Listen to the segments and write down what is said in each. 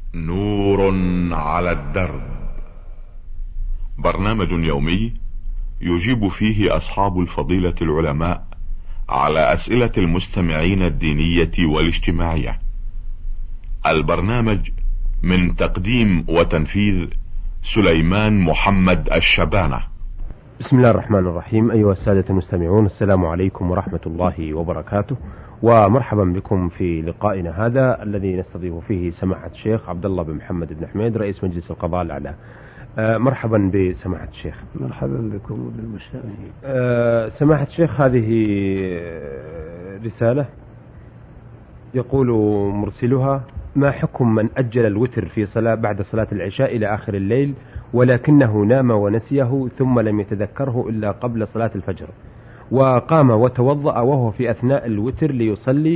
نور على الدرب، برنامج يومي يجيب فيه أصحاب الفضيلة العلماء على أسئلة المستمعين الدينية والاجتماعية. البرنامج من تقديم وتنفيذ سليمان محمد الشبانة. بسم الله الرحمن الرحيم. أيها السادة المستمعون، السلام عليكم ورحمة الله وبركاته، ومرحبا بكم في لقائنا هذا الذي نستضيف فيه سماحة الشيخ عبد الله بن محمد بن حميد رئيس مجلس القضاء الأعلى. مرحبا بسماحة الشيخ. مرحبا بكم وبالمستمعين. سماحة الشيخ، هذه رسالة يقول مرسلها: ما حكم من أجل الوتر في صلاة بعد صلاة العشاء إلى آخر الليل ولكنه نام ونسيه ثم لم يتذكره إلا قبل صلاة الفجر، وقام وتوضأ وهو في أثناء الوتر ليصلي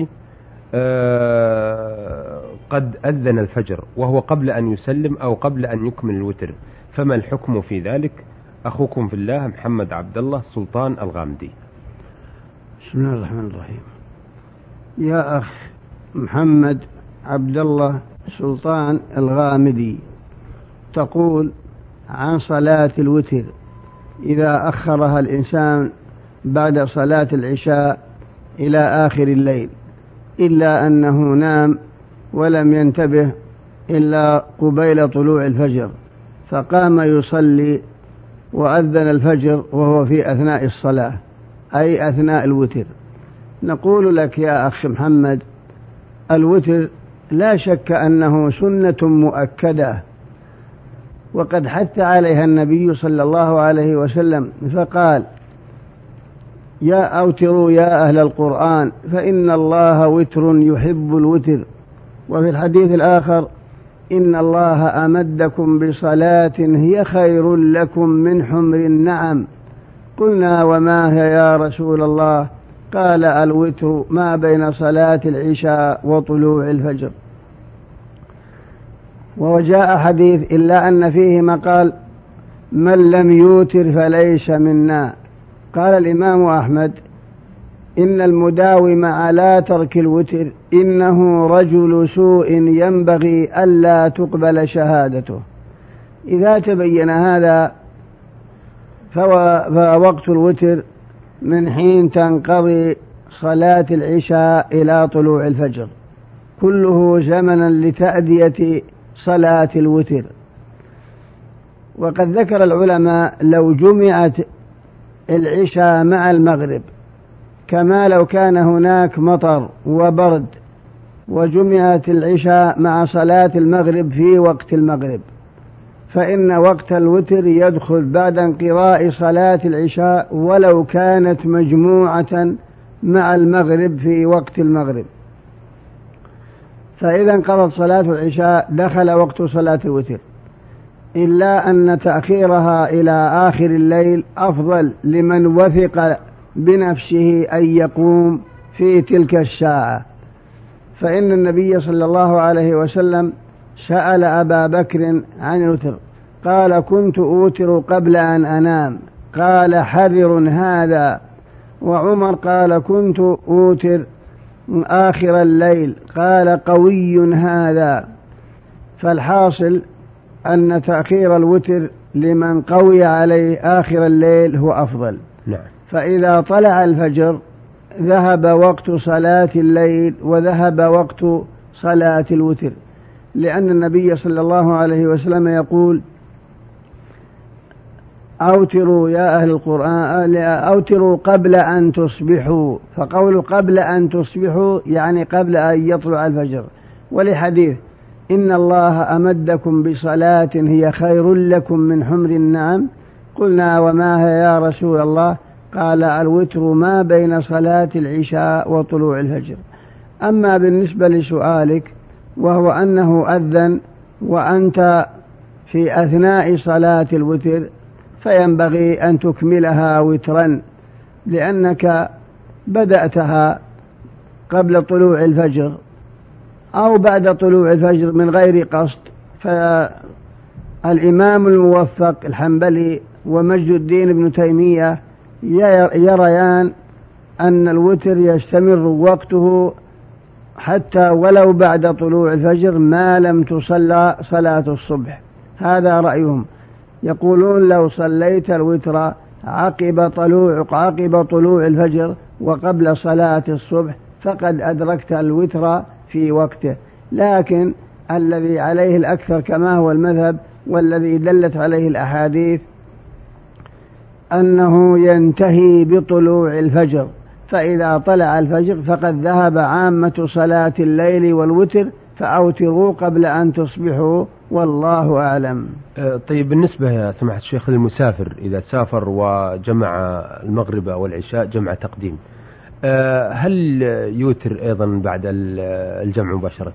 قد أذن الفجر وهو قبل أن يسلم أو قبل أن يكمل الوتر، فما الحكم في ذلك؟ أخوكم في الله محمد عبد الله سلطان الغامدي. بسم الله الرحمن الرحيم. يا أخ محمد عبد الله سلطان الغامدي، تقول عن صلاة الوتر إذا أخرها الإنسان بعد صلاة العشاء إلى آخر الليل إلا أنه نام ولم ينتبه إلا قبيل طلوع الفجر، فقام يصلي وأذن الفجر وهو في أثناء الصلاة أي أثناء الوتر. نقول لك يا أخ محمد، الوتر لا شك أنه سنة مؤكدة، وقد حث عليها النبي صلى الله عليه وسلم فقال: يا أوتروا يا أهل القرآن فإن الله وتر يحب الوتر. وفي الحديث الآخر: إن الله أمدكم بصلاة هي خير لكم من حمر النعم. قلنا: وما هي يا رسول الله؟ قال: الوتر ما بين صلاة العشاء وطلوع الفجر. وجاء حديث إلا أن فيه مقال: من لم يوتر فليس منا. قال الإمام أحمد: إن المداوم على ترك الوتر إنه رجل سوء ينبغي ألا تقبل شهادته. إذا تبين هذا فوقت الوتر من حين تنقضي صلاة العشاء إلى طلوع الفجر، كله زمنا لتأدية صلاة الوتر. وقد ذكر العلماء لو جمعت العشاء مع المغرب، كما لو كان هناك مطر وبرد وجمعت العشاء مع صلاة المغرب في وقت المغرب، فإن وقت الوتر يدخل بعد انقضاء صلاة العشاء ولو كانت مجموعة مع المغرب في وقت المغرب. فإذا انقضت صلاة العشاء دخل وقت صلاة الوتر، إلا أن تأخيرها إلى آخر الليل أفضل لمن وثق بنفسه أن يقوم في تلك الساعة. فإن النبي صلى الله عليه وسلم سأل أبا بكر عن الوتر، قال: كنت أوتر قبل أن أنام، قال: حذر هذا. وعمر قال: كنت أوتر آخر الليل، قال: قوي هذا. فالحاصل أن تأخير الوتر لمن قوي عليه آخر الليل هو أفضل. نعم. فإذا طلع الفجر ذهب وقت صلاة الليل وذهب وقت صلاة الوتر، لأن النبي صلى الله عليه وسلم يقول: أوتروا يا أهل القرآن أوتروا قبل أن تصبحوا. فقول قبل أن تصبحوا يعني قبل أن يطلع الفجر. ولحديث: إن الله أمدكم بصلاة هي خير لكم من حمر النعم. قلنا: وما هي يا رسول الله؟ قال: الوتر ما بين صلاة العشاء وطلوع الفجر. أما بالنسبة لسؤالك وهو أنه أذن وأنت في أثناء صلاة الوتر، فينبغي أن تكملها وترا، لأنك بدأتها قبل طلوع الفجر أو بعد طلوع الفجر من غير قصد. فالإمام الموفق الحنبلي ومجد الدين ابن تيمية يريان أن الوتر يستمر وقته حتى ولو بعد طلوع الفجر ما لم تصلى صلاة الصبح. هذا رأيهم. يقولون لو صليت الوتر عقب طلوع الفجر وقبل صلاة الصبح فقد أدركت الوتر في وقته. لكن الذي عليه الأكثر كما هو المذهب والذي دلت عليه الأحاديث أنه ينتهي بطلوع الفجر، فإذا طلع الفجر فقد ذهب عامة صلاة الليل والوتر، فأوتروا قبل أن تصبحوا، والله أعلم. طيب، بالنسبة يا سماحة الشيخ للمسافر إذا سافر وجمع المغرب والعشاء جمع تقديم، هل يوتر أيضا بعد الجمع مباشرة؟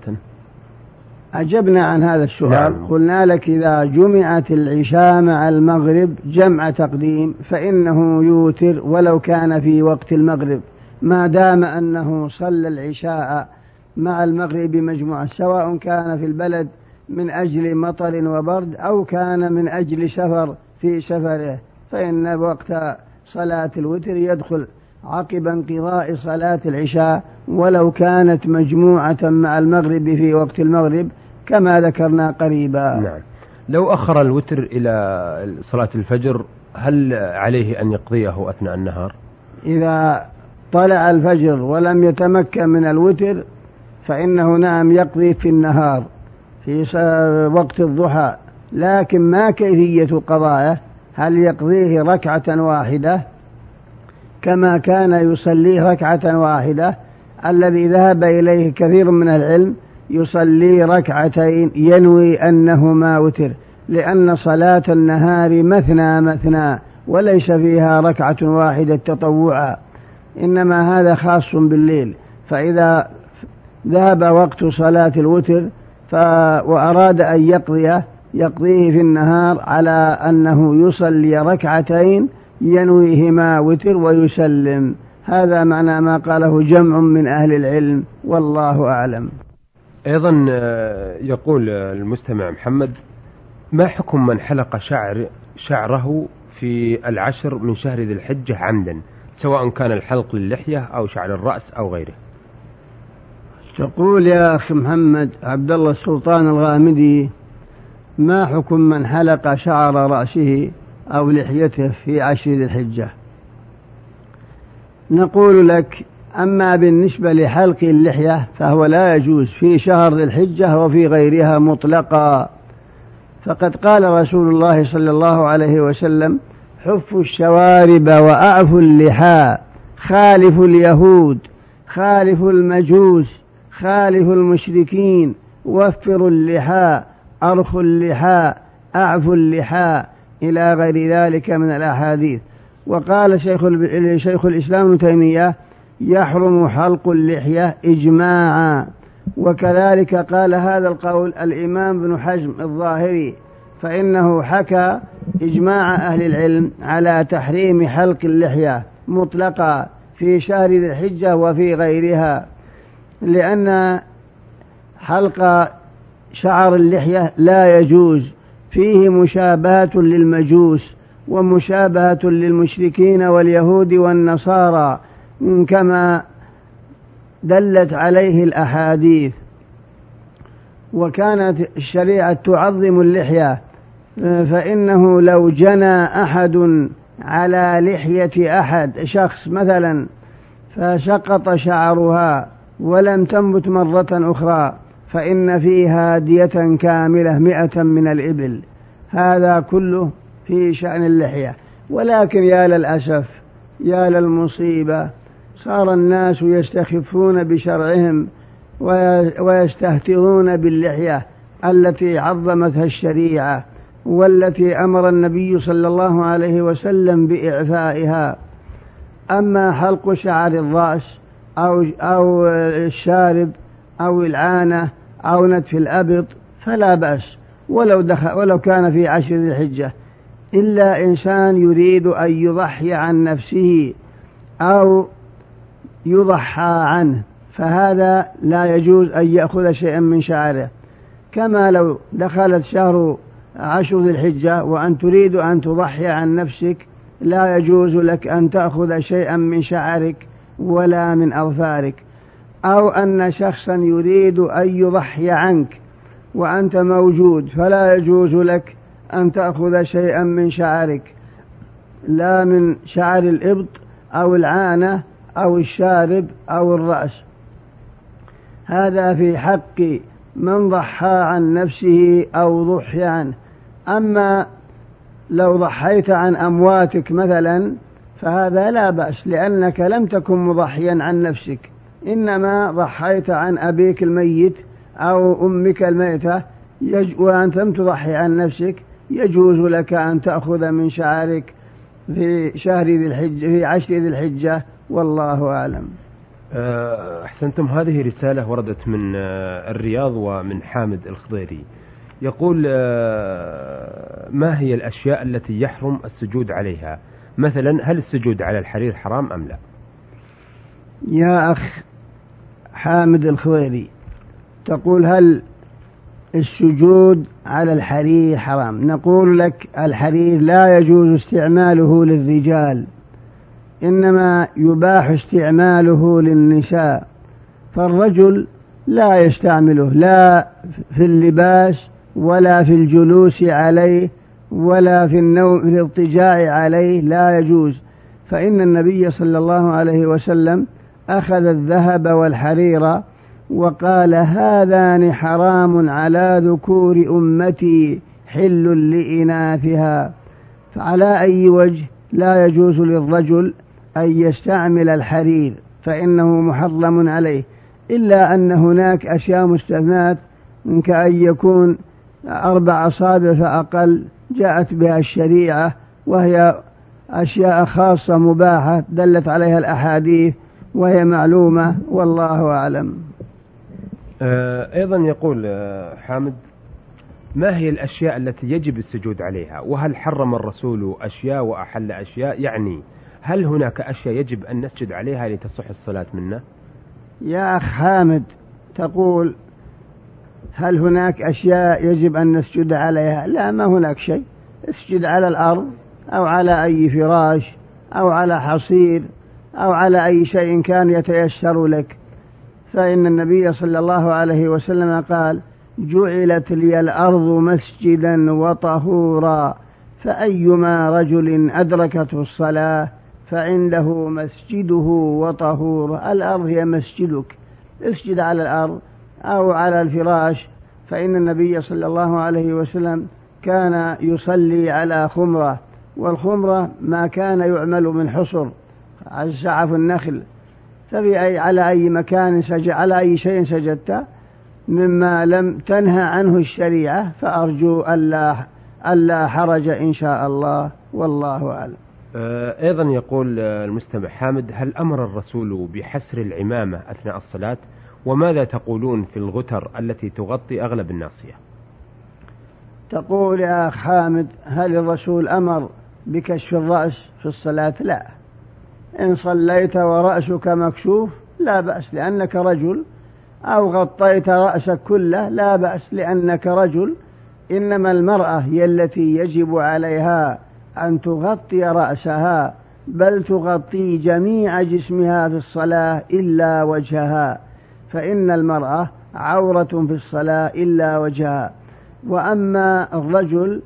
أجبنا عن هذا السؤال. نعم. قلنا لك إذا جمعت العشاء مع المغرب جمع تقديم فإنه يوتر ولو كان في وقت المغرب، ما دام أنه صلى العشاء مع المغرب مجموعة، سواء كان في البلد من أجل مطر وبرد أو كان من أجل سفر في سفره، فإن وقت صلاة الوتر يدخل عقب انقضاء صلاة العشاء ولو كانت مجموعة مع المغرب في وقت المغرب كما ذكرنا قريبا. نعم. لو أخر الوتر إلى صلاة الفجر هل عليه أن يقضيه أثناء النهار؟ إذا طلع الفجر ولم يتمكن من الوتر فإنه نعم يقضي في النهار في وقت الضحى، لكن ما كيفية قضائه؟ هل يقضيه ركعة واحدة كما كان يصلي ركعة واحدة؟ الذي ذهب إليه كثير من العلم يصلي ركعتين ينوي أنهما وتر، لأن صلاة النهار مثنى مثنى وليس فيها ركعة واحدة تطوعا، إنما هذا خاص بالليل. فإذا ذهب وقت صلاة الوتر وأراد أن يقضيه في النهار على أنه يصلي ركعتين ينويهما وتر ويسلم. هذا معنى ما قاله جمع من أهل العلم، والله أعلم. أيضا يقول المستمع محمد: ما حكم من حلق شعره في العشر من شهر ذي الحجة عمدا، سواء كان الحلق للحية أو شعر الرأس أو غيره؟ تقول يا أخي محمد عبد الله السلطان الغامدي: ما حكم من حلق شعر رأسه أو لحيته في عشر ذي الحجة؟ نقول لك: أما بالنسبة لحلق اللحية فهو لا يجوز في شهر ذي الحجة وفي غيرها مطلقا، فقد قال رسول الله صلى الله عليه وسلم: حفوا الشوارب وأعفوا اللحى، خالفوا اليهود، خالفوا المجوس، خالفوا المشركين، وفروا اللحى، أرخوا اللحى، أعفوا اللحى، إلى غير ذلك من الأحاديث. وقال شيخ الإسلام ابن تيمية: يحرم حلق اللحية إجماعا. وكذلك قال هذا القول الإمام ابن حزم الظاهري، فإنه حكى إجماع أهل العلم على تحريم حلق اللحية مطلقا في شهر ذي الحجة وفي غيرها، لأن حلق شعر اللحية لا يجوز، فيه مشابهة للمجوس ومشابهة للمشركين واليهود والنصارى كما دلت عليه الأحاديث. وكانت الشريعة تعظم اللحية، فإنه لو جنى أحد على لحية أحد شخص مثلا فسقط شعرها ولم تنبت مرة أخرى فإن فيها دية كاملة 100 من الإبل. هذا كله في شأن اللحية. ولكن يا للأسف، يا للمصيبة، صار الناس يستخفون بشرعهم ويستهترون باللحية التي عظمتها الشريعة والتي أمر النبي صلى الله عليه وسلم بإعفائها. أما حلق شعر الرأس أو الشارب أو العانة أو نتف الأبط فلا بأس ولو كان في عشر ذي الحجة، إلا إنسان يريد أن يضحي عن نفسه أو يضحى عنه، فهذا لا يجوز أن يأخذ شيئا من شعره. كما لو دخلت شهر عشر ذي الحجة وأن تريد أن تضحي عن نفسك، لا يجوز لك أن تأخذ شيئا من شعرك ولا من أظفارك. أو أن شخصا يريد أن يضحي عنك وأنت موجود، فلا يجوز لك أن تأخذ شيئا من شعرك، لا من شعر الإبط أو العانة أو الشارب أو الرأس. هذا في حق من ضحى عن نفسه أو ضحي عنه. أما لو ضحيت عن أمواتك مثلا فهذا لا بأس، لأنك لم تكن مضحيا عن نفسك، إنما ضحيت عن أبيك الميت أو أمك الميتة وأنت لم تضحي عن نفسك، يجوز لك أن تأخذ من شعرك في شهر ذي الحجة، في 10 ذي الحجة، والله أعلم. أحسنتم. هذه رسالة وردت من الرياض ومن حامد الخضيري، يقول: ما هي الأشياء التي يحرم السجود عليها؟ مثلا هل السجود على الحرير حرام أم لا؟ يا أخ حامد الخضيري، تقول هل السجود على الحرير حرام؟ نقول لك الحرير لا يجوز استعماله للرجال، إنما يباح استعماله للنساء، فالرجل لا يستعمله لا في اللباس ولا في الجلوس عليه ولا في النوم، في الاضطجاع عليه لا يجوز. فإن النبي صلى الله عليه وسلم أخذ الذهب والحرير وقال: هذان حرام على ذكور أمتي حل لإناثها. فعلى أي وجه لا يجوز للرجل أن يستعمل الحرير، فإنه محرم عليه، إلا أن هناك أشياء مستثنات كأن يكون 4 أصابع فأقل جاءت بها الشريعة، وهي أشياء خاصة مباحة دلت عليها الأحاديث وهي معلومة، والله أعلم. أيضا يقول حامد: ما هي الأشياء التي يجب السجود عليها؟ وهل حرم الرسول أشياء وأحل أشياء؟ يعني هل هناك أشياء يجب أن نسجد عليها لتصح الصلاة منا؟ يا أخ حامد، تقول هل هناك أشياء يجب أن نسجد عليها؟ لا، ما هناك شيء. اسجد على الأرض أو على أي فراش أو على حصير أو على أي شيء كان يتيسر لك، فإن النبي صلى الله عليه وسلم قال: جعلت لي الأرض مسجدا وطهورا، فأيما رجل أدركته الصلاة فعنده مسجده وطهوره. الأرض هي مسجدك، اسجد على الأرض أو على الفراش، فإن النبي صلى الله عليه وسلم كان يصلي على خمرة، والخمرة ما كان يعمل من حصر على سعف النخل، على أي مكان على أي شيء سجدت مما لم تنهى عنه الشريعة، فأرجو ألا حرج إن شاء الله، والله أعلم. أيضا يقول المستمع حامد: هل أمر الرسول بحسر العمامة أثناء الصلاة؟ وماذا تقولون في الغتر التي تغطي أغلب الناصية؟ تقول يا أخ حامد: هل الرسول أمر بكشف الرأس في الصلاة؟ لا. إن صليت ورأسك مكشوف لا بأس لأنك رجل، أو غطيت رأسك كله لا بأس لأنك رجل، إنما المرأة هي التي يجب عليها أن تغطي رأسها، بل تغطي جميع جسمها في الصلاة إلا وجهها، فإن المرأة عورة في الصلاة إلا وجهها. وأما الرجل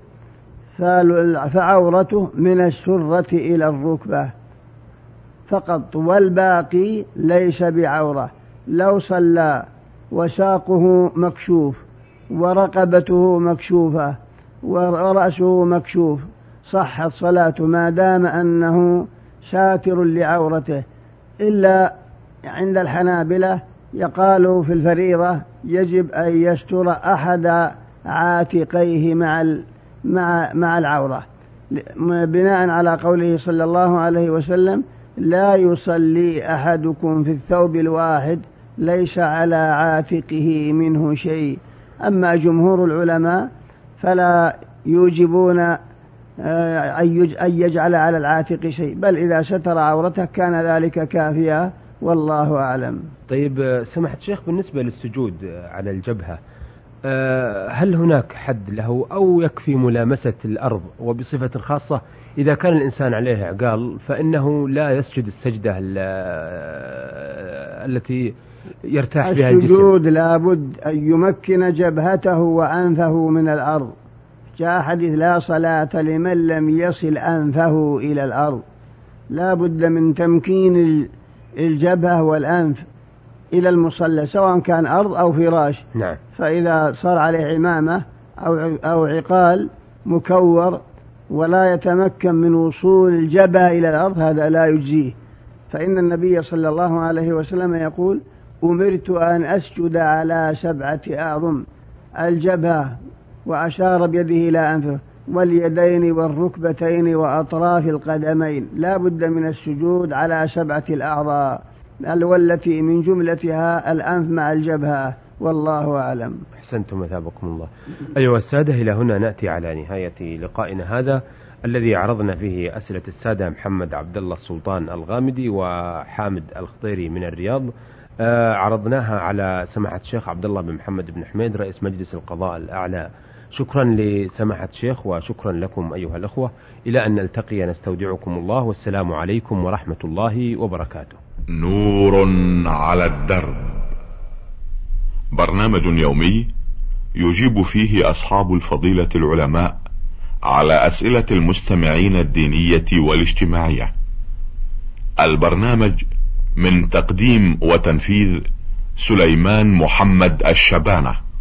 فعورته من السرة إلى الركبة فقط، والباقي ليس بعورة. لو صلى وساقه مكشوف ورقبته مكشوفة ورأسه مكشوف صحت صلاته ما دام أنه ساتر لعورته، إلا عند الحنابلة يقالوا في الفريضة يجب أن يستر أحد عاتقيه مع العورة، بناء على قوله صلى الله عليه وسلم: لا يصلي أحدكم في الثوب الواحد ليس على عاتقه منه شيء. أما جمهور العلماء فلا يوجبون أن يجعل على العاتق شيء، بل إذا ستر عورته كان ذلك كافيا، والله أعلم. طيب سمحت شيخ، بالنسبة للسجود على الجبهة هل هناك حد له أو يكفي ملامسة الأرض؟ وبصفة خاصة إذا كان الإنسان عليه عقال فإنه لا يسجد السجدة التي يرتاح بها الجسم. السجود لابد أن يمكن جبهته وأنفه من الأرض. جاء حديث لا صلاة لمن لم يصل أنفه إلى الأرض. لا بد من تمكين الجبهة والأنف إلى المصلى سواء كان أرض أو فراش. نعم. فإذا صار عليه عمامة أو عقال مكور ولا يتمكن من وصول الجبهة إلى الأرض هذا لا يجزيه. فإن النبي صلى الله عليه وسلم يقول أمرت أن أسجد على 7 أعظم: الجبهة، وأشار بيده إلى أنفه، واليدين والركبتين وأطراف القدمين. لا بد من السجود على 7 الأعضاء والتي من جملتها الأنف مع الجبهة. والله أعلم. أحسنتم مثابكم الله. أيها السادة، إلى هنا نأتي على نهاية لقائنا هذا الذي عرضنا فيه أسئلة السادة محمد عبد الله السلطان الغامدي وحامد الخطيري من الرياض. عرضناها على سماحة الشيخ عبد الله بن محمد بن حميد رئيس مجلس القضاء الأعلى. شكرا لسماحة الشيخ وشكرا لكم أيها الأخوة. إلى أن نلتقي نستودعكم الله، والسلام عليكم ورحمة الله وبركاته. نور على الدرب، برنامج يومي يجيب فيه أصحاب الفضيلة العلماء على أسئلة المستمعين الدينية والاجتماعية. البرنامج من تقديم وتنفيذ سليمان محمد الشبانة.